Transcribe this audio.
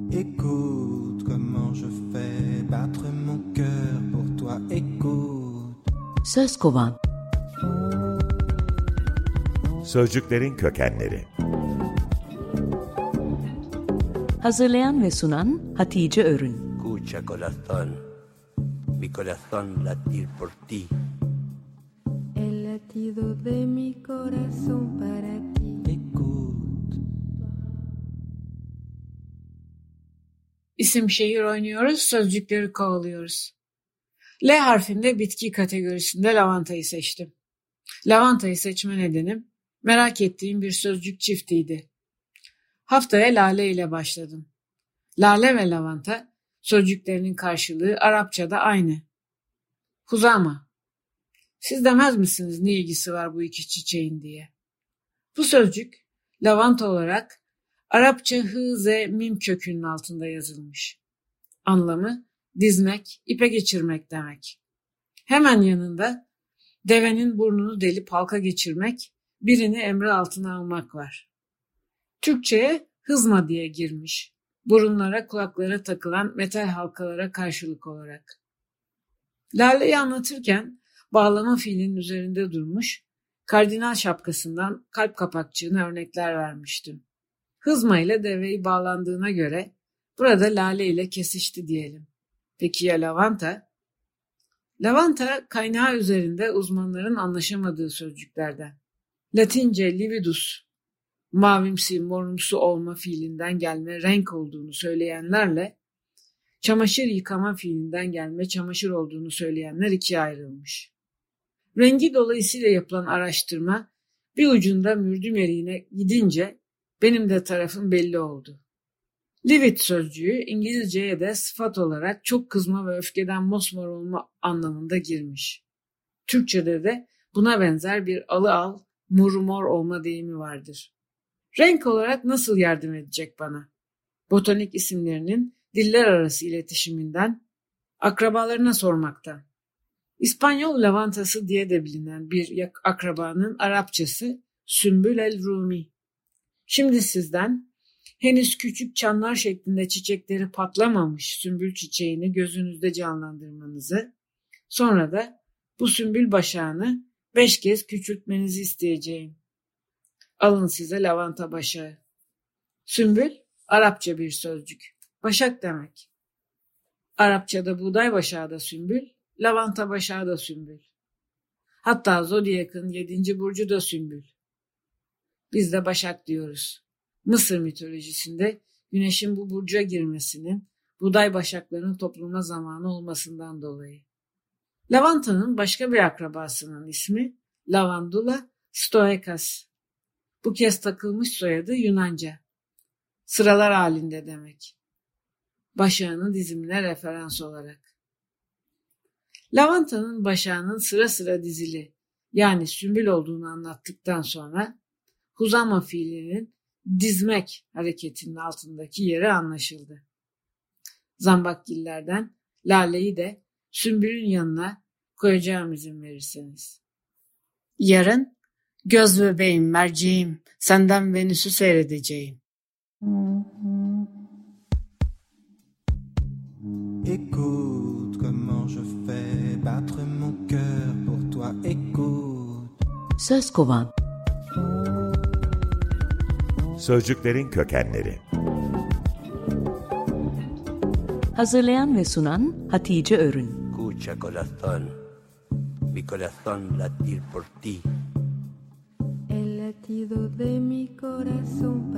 Écoute comment je fais battre mon cœur pour toi, écoute. Söz kovan. Sözcüklerin kökenleri. Hazırlayan ve sunan Hatice Örün. Escucha corazón, mi corazón latir por ti. El latido de mi corazón para ti. Écoute. İsim şehir oynuyoruz, sözcükleri kovalıyoruz. L harfinde bitki kategorisinde lavantayı seçtim. Lavantayı seçme nedenim, merak ettiğim bir sözcük çiftiydi. Haftaya lale ile başladım. Lale ve lavanta sözcüklerinin karşılığı Arapçada aynı. Huzama. Siz demez misiniz ne ilgisi var bu iki çiçeğin diye? Bu sözcük lavanta olarak Arapça hı-ze-mim kökünün altında yazılmış. Anlamı dizmek, ipe geçirmek demek. Hemen yanında devenin burnunu delip halka geçirmek, birini emri altına almak var. Türkçe'ye hızma diye girmiş. Burunlara, kulaklara takılan metal halkalara karşılık olarak. Lale'yi anlatırken bağlama fiilinin üzerinde durmuş, kardinal şapkasından kalp kapakçığına örnekler vermiştim. Hızma ile deveyi bağlandığına göre burada lale ile kesişti diyelim. Peki ya lavanta? Lavanta kaynağı üzerinde uzmanların anlaşamadığı sözcüklerden. Latince lividus, mavimsi, morumsu olma fiilinden gelme renk olduğunu söyleyenlerle çamaşır yıkama fiilinden gelme çamaşır olduğunu söyleyenler ikiye ayrılmış. Rengi dolayısıyla yapılan araştırma bir ucunda mürdüm eriğine gidince benim de tarafım belli oldu. Livid sözcüğü İngilizceye de sıfat olarak çok kızma ve öfkeden mosmor olma anlamında girmiş. Türkçede de buna benzer bir alı al, murmor olma deyimi vardır. Renk olarak nasıl yardım edecek bana? Botanik isimlerinin diller arası iletişiminden, akrabalarına sormaktan. İspanyol lavantası diye de bilinen bir akrabanın Arapçası Sümbül el Rumi. Şimdi sizden henüz küçük çanlar şeklinde çiçekleri patlamamış sümbül çiçeğini gözünüzde canlandırmanızı, sonra da bu sümbül başağını 5 kez küçültmenizi isteyeceğim. Alın size lavanta başağı. Sümbül, Arapça bir sözcük. Başak demek. Arapçada buğday başağı da sümbül, lavanta başağı da sümbül. Hatta Zodyak'ın 7. burcu da sümbül. Biz de başak diyoruz. Mısır mitolojisinde güneşin bu burca girmesinin buğday başaklarının topluma zamanı olmasından dolayı. Lavantanın başka bir akrabasının ismi Lavandula stoekas. Bu kez takılmış soyadı Yunanca. Sıralar halinde demek. Başağının dizimine referans olarak. Lavantanın başağının sıra sıra dizili yani sümbül olduğunu anlattıktan sonra huzama fiilinin dizmek hareketinin altındaki yeri anlaşıldı. Zambakgillerden laleyi de sümbülün yanına koyacağım izin verirseniz. Yarın göz bebeğim, merceğim, senden Venüs'ü seyredeceğim. Écoute comment je fais battre mon cœur pour toi, écoute. Söz kovan. Sözcüklerin kökenleri. Hazırlayan ve sunan Hatice Örün. Escucha corazón, mi corazón latir por ti. El latido de mi corazón